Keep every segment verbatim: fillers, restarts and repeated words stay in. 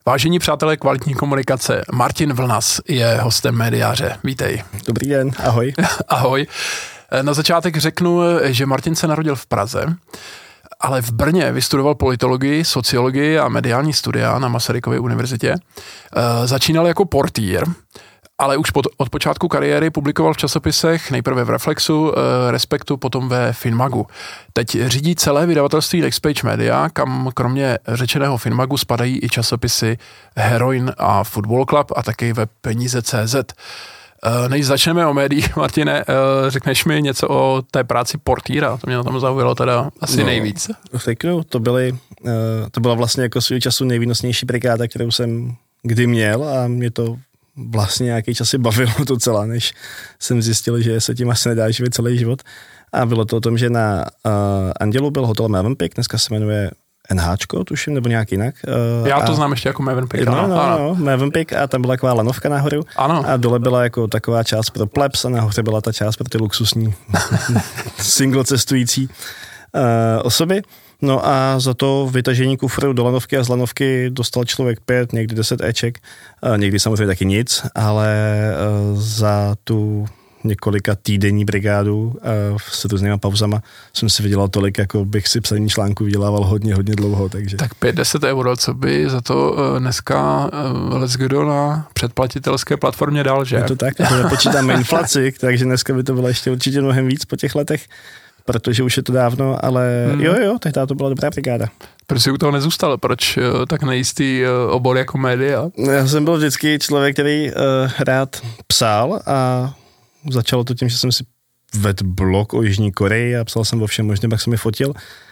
Vážení přátelé kvalitní komunikace, Martin Vlnas je hostem Médiáře. Vítej. Dobrý den, ahoj. Ahoj. Na začátek řeknu, že Martin se narodil v Praze, ale v Brně vystudoval politologii, sociologii a mediální studia na Masarykově univerzitě. Začínal jako portýr, ale už pod, od počátku kariéry publikoval v časopisech, nejprve v Reflexu, Respektu, potom ve Finmagu. Teď řídí celé vydavatelství Nextpage Media, kam kromě řečeného Finmagu spadají i časopisy Heroin a Football Club a taky web Peníze tečka cé zet. Než začneme o médiích, Martine, řekneš mi něco o té práci portýra? To mě na tom zaujalo teda asi no, nejvíc. Řeknu, to, byly, to byla vlastně jako svýho času nejvýnosnější brigáda, kterou jsem kdy měl a mě to vlastně nějaký čas si bavilo docela, než jsem zjistil, že se tím asi nedá živit celý život. A bylo to o tom, že na uh, Andělu byl hotel Mövenpick, dneska se jmenuje NHčko, tuším, nebo nějak jinak. Uh, Já to a, znám ještě jako Mövenpick. No, no, no, Mövenpick a tam byla taková lanovka nahoru. Ano. A dole byla jako taková část pro plebs a nahoře byla ta část pro ty luxusní single cestující uh, osoby. No a za to vytažení kufru do lanovky a z lanovky dostal člověk pět, někdy deset éček, někdy samozřejmě taky nic, ale za tu několika týdenní brigádu s různýma pauzama jsem si vydělal tolik, jako bych si psaní článku vydělával hodně, hodně dlouho. Takže. Tak pět deset euro, co by za to dneska leckdo na předplatitelské platformě dal, že? Je to tak, to nepočítáme inflaci, takže dneska by to bylo ještě určitě mnohem víc po těch letech. Protože už je to dávno, ale hmm. jo, jo, tehdy to byla dobrá brigáda. Proč jsi u toho nezůstal? Proč tak nejistý obor jako média? Já jsem byl vždycky člověk, který uh, rád psal a začalo to tím, že jsem si vedl blog o Jižní Koreji a psal jsem o všem možném, jak jsem mi fotil.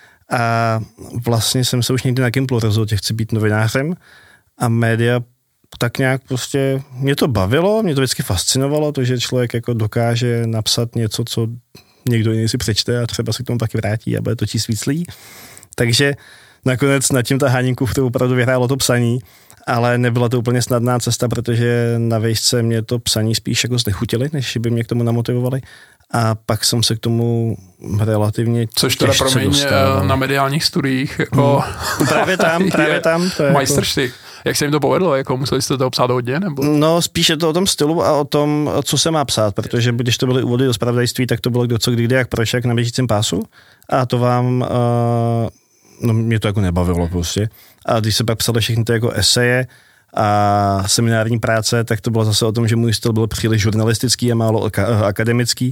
A vlastně jsem se už někdy na Gimplu rozhodl, že chci být novinářem a média tak nějak prostě, mě to bavilo, mě to vždycky fascinovalo, to, že člověk jako dokáže napsat něco, co někdo jiný si přečte a třeba se k tomu taky vrátí a bude to číst víc lidí. Takže nakonec nad tím taháním kufru opravdu vyhrálo to psaní, ale nebyla to úplně snadná cesta, protože na výšce mě to psaní spíš jako znechutili, než by mě k tomu namotivovali. A pak jsem se k tomu relativně Což teda promiň na mediálních studiích. Jako hmm. Právě tam, právě tam. To je majstrštyk. Jako... Jak se jim to povedlo? Jako museli jste to psát hodně? Nebo? No spíš je to o tom stylu a o tom, co se má psát, protože když to byly úvody do zpravodajství, tak to bylo kdo co, kdy, kdy, jak, proč, jak na běžícím pásu a to vám, uh, no mě to jako nebavilo prostě. A když se pak psali všechny ty jako eseje a seminární práce, tak to bylo zase o tom, že můj styl byl příliš žurnalistický a málo akademický.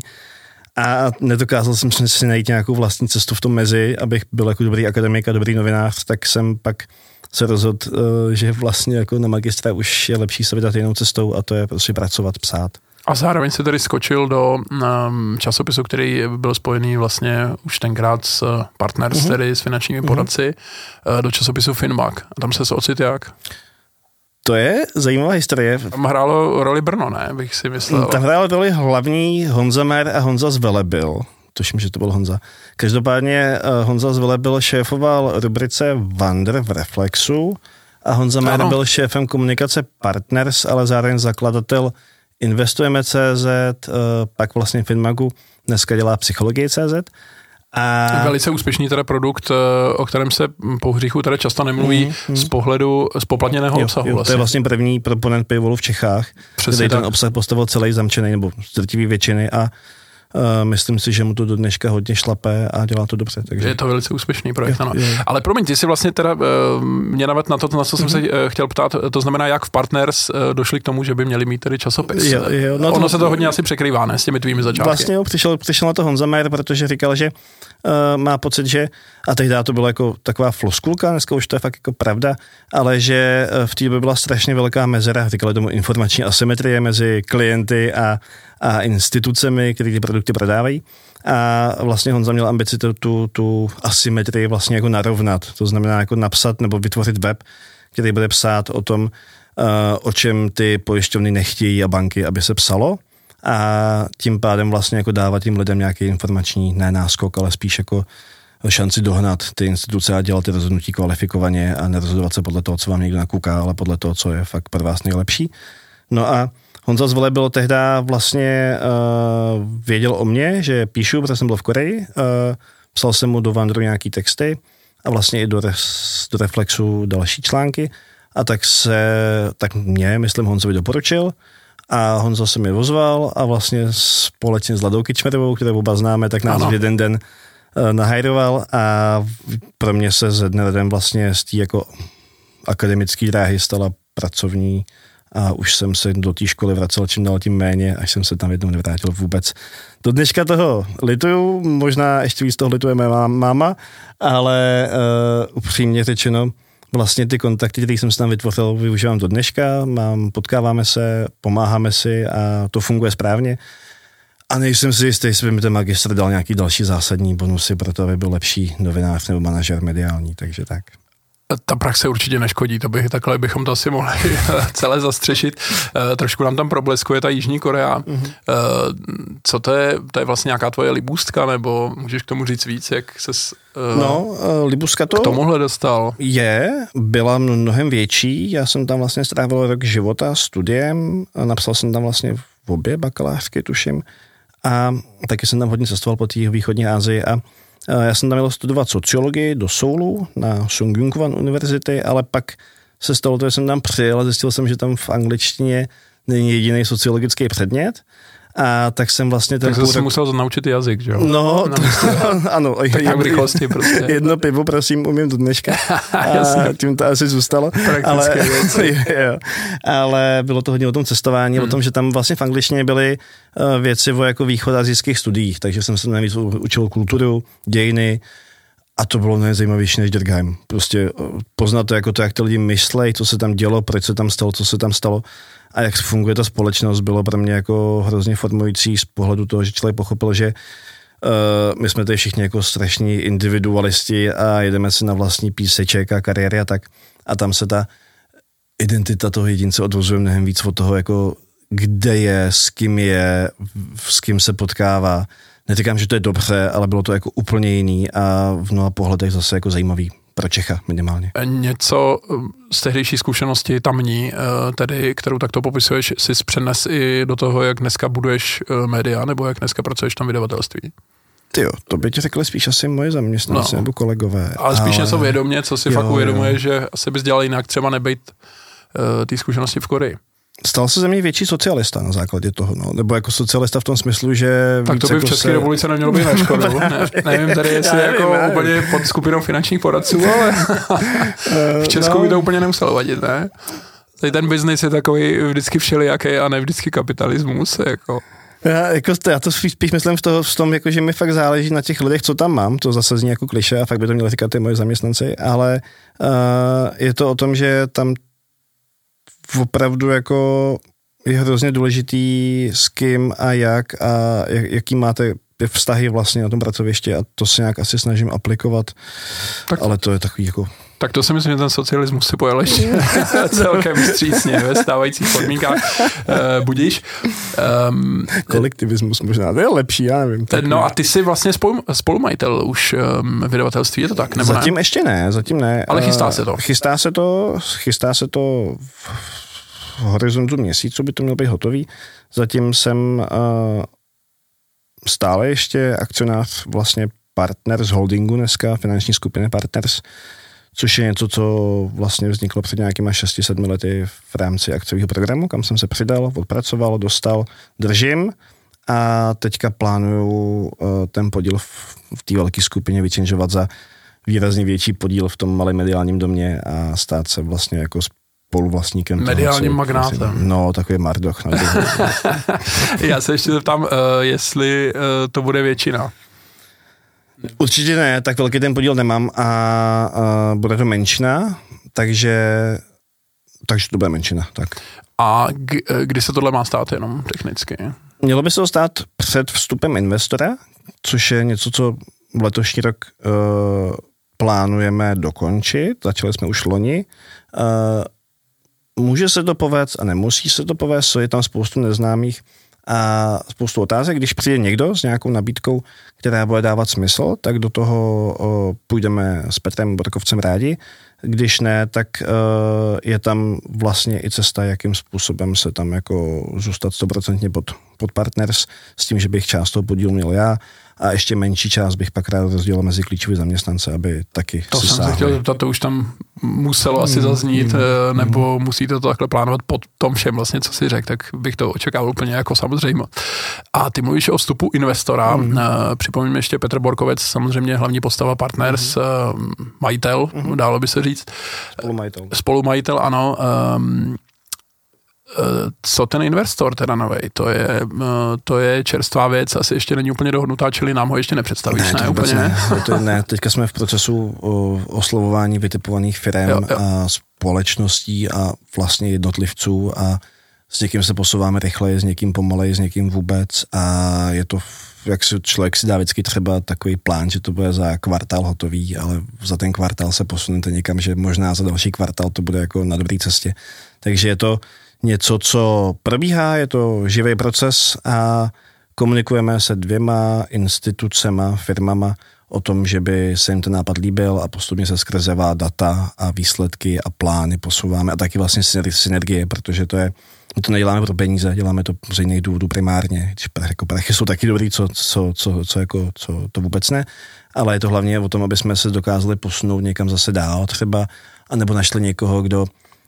A nedokázal jsem si najít nějakou vlastní cestu v tom mezi, abych byl jako dobrý akademik a dobrý novinář, tak jsem pak se rozhodl, že vlastně jako na magistra už je lepší se vydat jinou cestou a to je prostě pracovat, psát. A zároveň se tedy skočil do um, časopisu, který byl spojený vlastně už tenkrát s Partners, uh-huh. tedy s finančními poradci, uh-huh. do časopisu Finmag. A tam se se ocit jak? To je zajímavá historie. Tam hrálo roli Brno, ne? Bych si myslel. Tam hrálo roli hlavní Honza Mér a Honza Zvelebil. Tuším, že to byl Honza. Každopádně uh, Honza Zvelebil šéfoval rubrice Wander v Reflexu a Honza Mér byl šéfem komunikace Partners, ale zároveň zakladatel Investujeme tečka cé zet, uh, pak vlastně Finmagu, dneska dělá Psychologii tečka cé zet. A... Velice úspěšný teda produkt, o kterém se po hříchu teda často nemluví mm, mm. z pohledu spoplatněného jo, obsahu. Jo, vlastně. To je vlastně první proponent paywallu v Čechách, Přesně kde tak. ten obsah postavil celý zamčený, nebo z drtivý většiny a uh, myslím si, že mu to do dneška hodně šlape a dělá to dobře. Takže... Je to velice úspěšný projekt, jo, ano. jo. Ale promiň, ty jsi vlastně teda uh, mě navedl na to, na co jsem mm-hmm. se uh, chtěl ptát, to znamená, jak v Partners uh, došli k tomu, že by měli mít tedy časopis. Jo, jo, no ono to, se to hodně asi překrývá, ne, s těmi tvými začátky. Vlastně jo, přišel, přišel na to Honza Mér, protože říkal, že uh, má pocit, že, a tehdy to bylo jako taková floskulka, dneska už to je fakt jako pravda, ale že uh, v té době byla strašně velká mezera, říkali tomu informační asymetrie mezi klienty a, a institucemi, které ty produkty prodávají. A vlastně Honza měl ambici tu, tu, tu asymetrii vlastně jako narovnat. To znamená jako napsat nebo vytvořit web, který bude psát o tom, uh, o čem ty pojišťovny nechtějí a banky, aby se psalo. A tím pádem vlastně jako dávat tím lidem nějaký informační, ne náskok, ale spíš jako šanci dohnat ty instituce a dělat ty rozhodnutí kvalifikovaně a nerozhodovat se podle toho, co vám někdo nakouká, ale podle toho, co je fakt pro vás nejlepší. No a Honza Zvelebil tehdy vlastně uh, věděl o mně, že píšu, protože jsem byl v Koreji, uh, psal jsem mu do Wanderu nějaký texty a vlastně i do, res, do Reflexu další články a tak se, tak mě, myslím, Honzovi doporučil a Honzo se mi ozval a vlastně společně s Ladou Kyčmerovou, kterou oba známe, tak nás v jeden den uh, nahajroval a pro mě se ze dne na den vlastně z té jako akademické dráhy stala pracovní a už jsem se do té školy vracel čím dál tím méně, až jsem se tam jednou nevrátil vůbec. Do dneška toho lituju, možná ještě víc toho lituje mé máma, ale uh, upřímně řečeno, vlastně ty kontakty, které jsem si tam vytvořil, využívám do dneška, mám, potkáváme se, pomáháme si a to funguje správně. A nejsem si jistý, jestli by mi ten magistr dal nějaký další zásadní bonusy pro to, aby byl lepší novinář nebo manažer mediální, takže tak. Ta praxe určitě neškodí, to bych, takhle bychom to asi mohli celé zastřešit. E, trošku nám tam probleskuje ta Jižní Korea. Mm-hmm. E, co to je, to je vlastně nějaká tvoje libůstka, nebo můžeš k tomu říct víc, jak ses e, no, libůstka to k tomuhle dostal? Je, byla mnohem větší, já jsem tam vlastně strávil rok života studiem, napsal jsem tam vlastně v obě bakalářky, tuším, a taky jsem tam hodně cestoval po té východní Asii a já jsem tam měl studovat sociologii do Soulu na Sungyungwan univerzity, ale pak se stalo to, že jsem tam přijel a zjistil jsem, že tam v angličtině není jediný sociologický předmět. A tak jsem vlastně... Tak jsi rok... musel naučit jazyk, že jo? No, to, ano. Tak jedno, v rychlosti prostě. Jedno pivo, prosím, umím do dneška. A tím to asi zůstalo. Ale, jo, ale bylo to hodně o tom cestování, hmm. o tom, že tam vlastně v angličtině byly věci o jako východoasijských studiích, takže jsem se navíc učil kulturu, dějiny a to bylo nejzajímavější než Durkheim. Prostě poznat to jako to, jak ty lidi myslej, co se tam dělo, proč se tam stalo, co se tam stalo. A jak funguje ta společnost, bylo pro mě jako hrozně formující z pohledu toho, že člověk pochopil, že uh, my jsme tady všichni jako strašní individualisti a jedeme si na vlastní píseček a kariéry a tak. A tam se ta identita toho jedince odvozuje mnohem víc od toho, jako kde je, s kým je, s kým se potkává. Neříkám, že to je dobře, ale bylo to jako úplně jiný a v mnoha pohledech zase jako zajímavý. Pro Čecha minimálně. Něco z tehdejší zkušenosti tamní, tedy, kterou takto popisuješ, si přenes i do toho, jak dneska buduješ média, nebo jak dneska pracuješ tam vydavatelství? Ty jo, to by ti řekli spíš asi moje zaměstnanci no. nebo kolegové. Ale spíš ale... něco vědomě, co si jo, fakt uvědomuje, že asi bys dělal jinak, třeba nebejt uh, té zkušenosti v Koreji. Stal se ze mě větší socialista na základě toho, no. Nebo jako socialista v tom smyslu, že... Tak to by v České se... republice nemělo být na škodu. Ne, nevím tady, jestli nevím, jako nevím. úplně pod skupinou finančních poradců, ale v Česku no. by to úplně nemuselo vadit, ne? Tady ten biznis je takový vždycky všelijaký a ne vždycky kapitalismus, jako... Já, jako, já to spíš, spíš myslím v, toho, v tom, jako, že mi fakt záleží na těch lidech, co tam mám, to zase zní jako klišé a fakt by to měli říkat ty moje zaměstnanci, ale uh, je to o tom, že tam opravdu jako je hrozně důležitý s kým a jak a jaký máte vztahy vlastně na tom pracovišti a to se nějak asi snažím aplikovat, tak, ale to je takový jako... Tak to si myslím, že ten socialismus si pojel ještě celkem vstřícně ve stávajících podmínkách. Uh, budíš. Um, Kolektivismus možná, to je lepší, já nevím. Tak no a ty jsi vlastně spolu, spolumajitel už um, vydavatelství, je to tak? Nebo zatím ne? ještě ne, zatím ne. Ale chystá se to. Chystá se to, chystá se to v horizontu měsíců by to mělo být hotový. Zatím jsem uh, stále ještě akcionář vlastně Partners Holdingu dneska, finanční skupiny Partners, což je něco, co vlastně vzniklo před nějakýma šesti sedmi lety v rámci akciového programu, kam jsem se přidal, odpracoval, dostal, držím a teďka plánuju uh, ten podíl v, v té velké skupině vyčenžovat za výrazně větší podíl v tom malém mediálním domě a stát se vlastně jako spoluvlastníkem. Mediálním magnátem. Vlastně, no, takový Mardoch. No, Já se ještě zeptám, uh, jestli uh, to bude většina. Určitě ne, tak velký ten podíl nemám a, a bude to menšina, takže, takže to bude menšina. Tak. A k, kdy se tohle má stát jenom technicky? Mělo by se to stát před vstupem investora, což je něco, co v letošní rok uh, plánujeme dokončit. Začali jsme už loni. Uh, může se to povést a nemusí se to povést, je tam spoustu neznámých a spoustu otázek. Když přijde někdo s nějakou nabídkou, která bude dávat smysl, tak do toho o, půjdeme s Petrem Borkovcem rádi. Když ne, tak uh, je tam vlastně i cesta, jakým způsobem se tam jako zůstat stoprocentně pod, pod Partners, s tím, že bych část toho podílu měl já a ještě menší část bych pak rád rozdělil mezi klíčové zaměstnance, aby taky to si jsem sáhli. se chtěl zeptat, to už tam muselo mm, asi zaznít, mm, nebo mm. musíte to takhle plánovat pod tom všem vlastně, co si řekl, tak bych to očekával úplně jako samozřejmě. A ty mluvíš o vstupu investora, mm. připomínám ještě Petr Borkovec, samozřejmě hlavní postava Partners, mm. majitel, mm. dálo by se říct. Spolumajitel. Spolumajitel, ano. Um, co ten investor teda novej, to je, to je čerstvá věc, asi ještě není úplně dohodnutá, čili nám ho ještě nepředstavíš, ne, ne úplně? Ne, to, ne, teďka jsme v procesu o, oslovování vytipovaných firem a společností a vlastně jednotlivců a s někým se posouváme rychleji, s někým pomaleji, s někým vůbec a je to, jak si člověk si dá vždycky třeba takový plán, že to bude za kvartál hotový, ale za ten kvartál se posunete někam, že možná za další kvartál to bude jako na dobré cestě. Takže je to něco, co probíhá, je to živý proces a komunikujeme se dvěma institucema, firmama o tom, že by se jim ten nápad líbil a postupně se skrzevá data a výsledky a plány posouváme a taky vlastně synergie, protože to je, my to neděláme pro peníze, děláme to z jiných důvodů primárně, když jako prachy jsou taky dobrý, co, co, co, co, jako, co to vůbec ne, ale je to hlavně o tom, aby jsme se dokázali posunout někam zase dál třeba, anebo našli někoho, kdo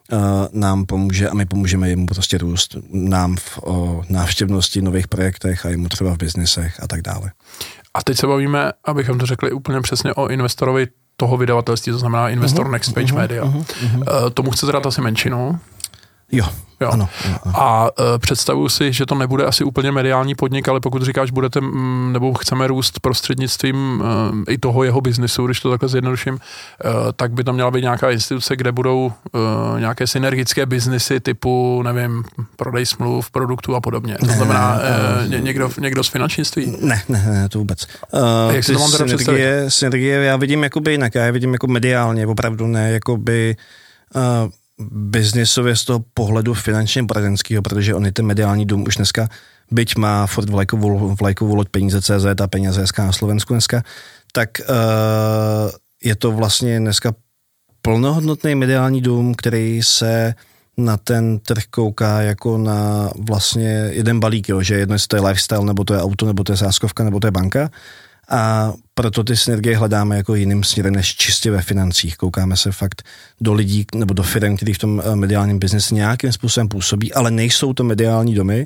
nám pomůže a my pomůžeme jemu prostě růst, nám v o návštěvnosti, nových projektech a jemu třeba v biznesech a tak dále. A teď se bavíme, abychom to řekli úplně přesně o investorovi toho vydavatelství, to znamená investor uh-huh, Next Page uh-huh, Media. Uh-huh, uh-huh. Tomu chcete dát asi menšinu? Jo, jo. Ano, ano, ano. A e, představuji si, že to nebude asi úplně mediální podnik, ale pokud říkáš, budete, m, nebo chceme růst prostřednictvím e, i toho jeho biznisu, když to takhle zjednoduším, e, tak by tam měla být nějaká instituce, kde budou e, nějaké synergické biznisy typu, nevím, prodej smluv, produktů a podobně. To znamená e, ně, někdo, někdo z finančnictví? Ne, ne, ne, to vůbec. Uh, Jak si to mám teda synergie, synergie já vidím jakoby jinak, já je vidím jako mediálně, opravdu ne, jakoby uh, biznisově z toho pohledu finančně poradenského, protože on je ten mediální dům už dneska, byť má furt vlajkovou, vlajkovou loď peníze tečka cé zet a peníze tečka es ká na Slovensku dneska, tak uh, je to vlastně dneska plnohodnotný mediální dům, který se na ten trh kouká jako na vlastně jeden balík, jo, že jedno, jestli to je lifestyle, nebo to je auto, nebo to je sázkovka, nebo to je banka. A proto ty synergie hledáme jako jiným směrem než čistě ve financích. Koukáme se fakt do lidí nebo do firm, kteří v tom mediálním biznesu nějakým způsobem působí, ale nejsou to mediální domy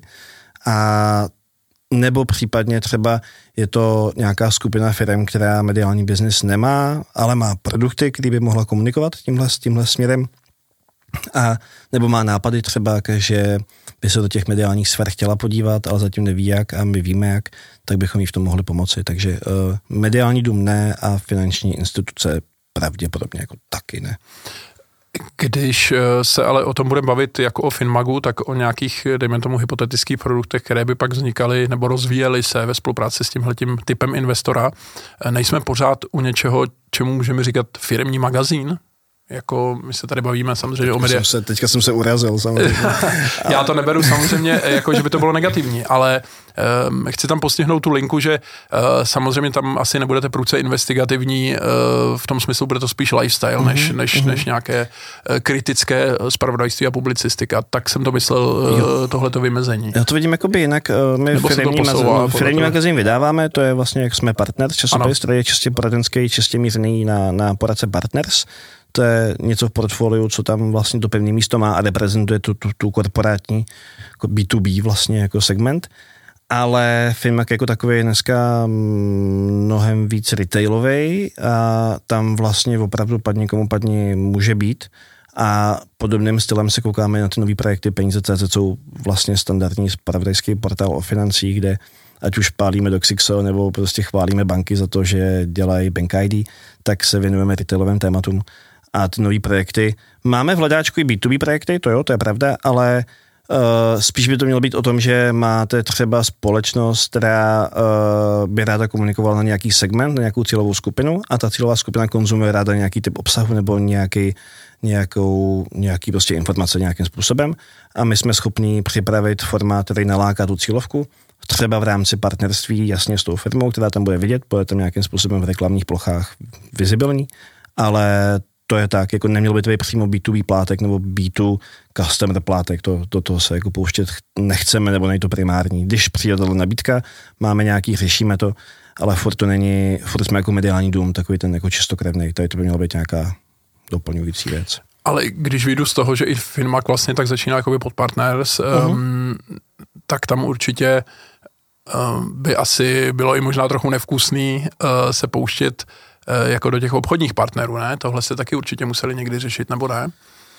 a nebo případně třeba je to nějaká skupina firm, která mediální biznis nemá, ale má produkty, které by mohla komunikovat tímhle, tímhle směrem. A nebo má nápady třeba, že by se do těch mediálních sfér chtěla podívat, ale zatím neví jak a my víme jak, tak bychom jí v tom mohli pomoci. Takže uh, mediální dům ne a finanční instituce pravděpodobně jako taky ne. Když se ale o tom budeme bavit jako o Finmagu, tak o nějakých, dejme tomu, hypotetických produktech, které by pak vznikaly nebo rozvíjely se ve spolupráci s tímhletím typem investora. Nejsme pořád u něčeho, čemu můžeme říkat firemní magazín? Jako my se tady bavíme samozřejmě teďka o médiách. Jsem se, teďka jsem se urazil samozřejmě. Já to neberu samozřejmě, jako že by to bylo negativní, ale um, chci tam postihnout tu linku, že uh, samozřejmě tam asi nebudete prudce investigativní, uh, v tom smyslu bude to spíš lifestyle, mm-hmm, než, než, mm-hmm. než nějaké uh, kritické zpravodajství a publicistika. Tak jsem to myslel, uh, tohleto vymezení. Já to vidím jakoby jinak. Uh, my firemní, maz- firemní magazín vydáváme, to je vlastně, jak jsme Partners, časopis, který je čistě poradenský, čistě mířený na, na poradce Partners. To je něco v portfoliu, co tam vlastně to pevné místo má a reprezentuje tu, tu, tu korporátní jako bé dvě bé vlastně jako segment. Ale Finmag jako takový je dneska mnohem víc retailovej a tam vlastně opravdu padni komu padni může být. A podobným stylem se koukáme na ty nové projekty peníze tečka cé zet, jsou vlastně standardní zpravodajský portál o financích, kde ať už pálíme do Xixo nebo prostě chválíme banky za to, že dělají Bank í dé, tak se věnujeme retailovým tématům. A ty nové projekty. Máme v hledáčku i bé dvě bé projekty, to jo, to je pravda, ale uh, spíš by to mělo být o tom, že máte třeba společnost, která uh, by ráda komunikovala na nějaký segment, na nějakou cílovou skupinu a ta cílová skupina konzumuje ráda nějaký typ obsahu nebo nějaký, nějakou, nějaký prostě informace nějakým způsobem a my jsme schopni připravit formát, který naláká tu cílovku, třeba v rámci partnerství jasně s tou firmou, která tam bude vidět, bude tam nějakým způsobem v reklamních plochách vizibilní, ale to je tak, jako neměl by to být přímo bé dvě bé plátek nebo bé dvě customer plátek, to, to, to se jako pouštět nechceme, nebo nejde to primární. Když přijde tato nabídka, máme nějaký, řešíme to, ale furt to není, furt jsme jako mediální dům, takový ten jako čistokrevný, tady to by měla být nějaká doplňující věc. Ale když vyjdu z toho, že i Filmak vlastně tak začíná jakoby pod Partners, uh-huh. um, tak tam určitě um, by asi bylo i možná trochu nevkusný uh, se pouštět uh, jako do těch obchodních partnerů, ne? Tohle se taky určitě museli někdy řešit, nebo ne?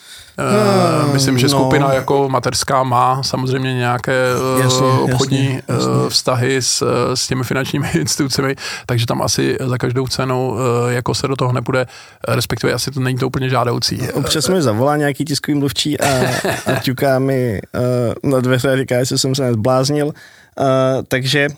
Uh, myslím, že skupina no. jako mateřská má samozřejmě nějaké uh, jasně, obchodní jasně, jasně. Uh, vztahy s, s těmi finančními institucemi, takže tam asi za každou cenu uh, jako se do toho nepůjde, respektive asi to není to úplně žádoucí. Občas mi zavolá nějaký tiskový mluvčí a, a ťuká mi uh, na dveře a říká, jestli jsem se nezbláznil. Uh, takže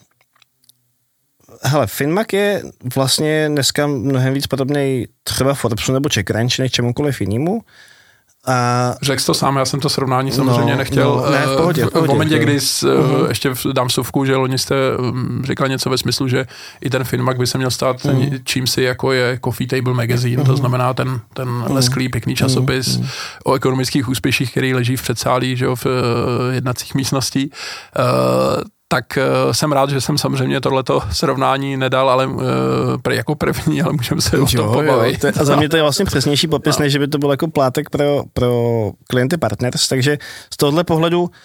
hele, Finmak je vlastně dneska mnohem víc podobný třeba Forbesu nebo CheckRanch než čemukoliv jinému. A řekl jsi to sám, já jsem to srovnání samozřejmě no, nechtěl. No, ne, v pohodě, v, pohodě, v momentě, kdy s, uh-huh. ještě dám vsuvku, že loni jste říkal něco ve smyslu, že i ten Finmak by se měl stát uh-huh. čím si jako je Coffee Table Magazine, uh-huh. to znamená ten, ten uh-huh. lesklý, pěkný časopis uh-huh. o ekonomických úspěších, který leží v předsálí, že jo, v uh, jednacích místností. Uh, tak uh, jsem rád, že jsem samozřejmě tohleto srovnání nedal, ale uh, pre, jako první, ale můžeme se o tom pobavit. Jo, a za mě to je vlastně přesnější popis, no. než by to byl jako plátek pro, pro klienty Partners, takže z tohohle pohledu uh,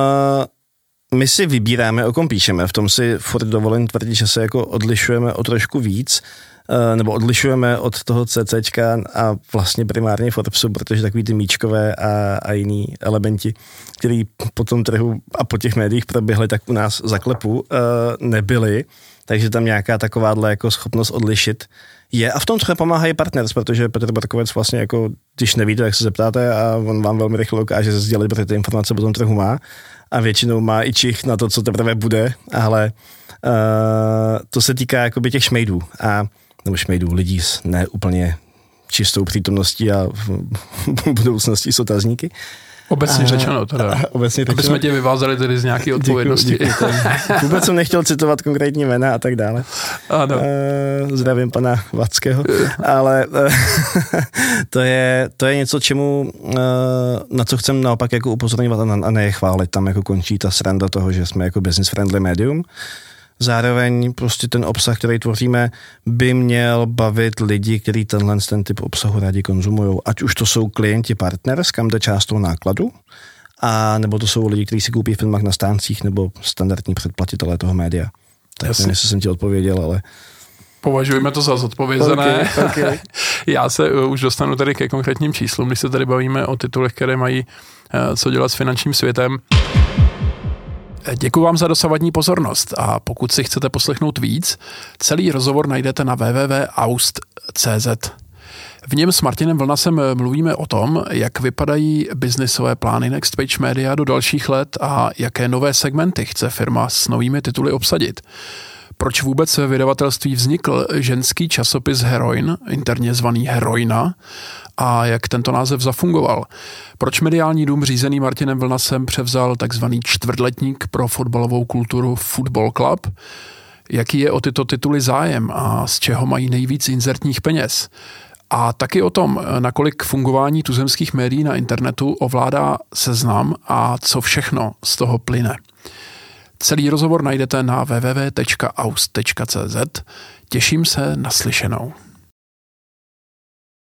my si vybíráme, o kom píšeme, v tom si furt dovolím tvrdit, že se jako odlišujeme o trošku víc, uh, nebo odlišujeme od toho CCčka a vlastně primárně Forbesu, protože takový ty míčkové a, a jiný elementi, který po tom trhu a po těch médiích proběhly, tak u nás za klepu uh, nebyly, takže tam nějaká takováhle jako schopnost odlišit je. A v tom třeba pomáhají Partners, protože Petr Barkovec vlastně jako, když nevíte, tak se zeptáte a on vám velmi rychle ukáže se sdělit, protože ty informace po tom trhu má a většinou má i čich na to, co teprve bude, ale uh, to se týká jakoby těch šmejdů a nebo šmejdů, lidí s ne úplně čistou přítomností a v budoucností s otazníky. Obecně a, řečeno teda, a, obecně aby jsme tě vyvázali tedy z nějaké odpovědnosti. Děkuji, děkuji. Vůbec jsem nechtěl citovat konkrétní jména a tak dále. Ano. Uh, zdravím pana Vackého, ale uh, to, je, to je něco, čemu, uh, na co chcem naopak jako upozorňovat a ne chválit. Tam jako končí ta sranda toho, že jsme jako business friendly medium. Zároveň prostě ten obsah, který tvoříme, by měl bavit lidi, kteří tenhle ten typ obsahu rádi konzumují. Ať už to jsou klienti Partners, kam jde část toho nákladu, a nebo to jsou lidi, kteří si koupí Filmak na stáncích, nebo standardní předplatitelé toho média. Tak nevím, jestli jsem ti odpověděl, ale... Považujeme to za zodpovězené. Okay, okay. Já se uh, už dostanu tady ke konkrétním číslům, když se tady bavíme o titulech, které mají uh, co dělat s finančním světem. Děkuji vám za dosavadní pozornost a pokud si chcete poslechnout víc, celý rozhovor najdete na w w w tečka aust tečka c z. V něm s Martinem Vlnasem mluvíme o tom, jak vypadají biznisové plány Next Page Media do dalších let a jaké nové segmenty chce firma s novými tituly obsadit. Proč vůbec ve vydavatelství vznikl ženský časopis Heroin, interně zvaný Heroina, a jak tento název zafungoval. Proč mediální dům řízený Martinem Vlnasem převzal takzvaný čtvrtletník pro fotbalovou kulturu Football Club, jaký je o tyto tituly zájem a z čeho mají nejvíc inzertních peněz. A taky o tom, nakolik fungování tuzemských médií na internetu ovládá Seznam a co všechno z toho plyne. Celý rozhovor najdete na w w w tečka aust tečka c z. Těším se na slyšenou.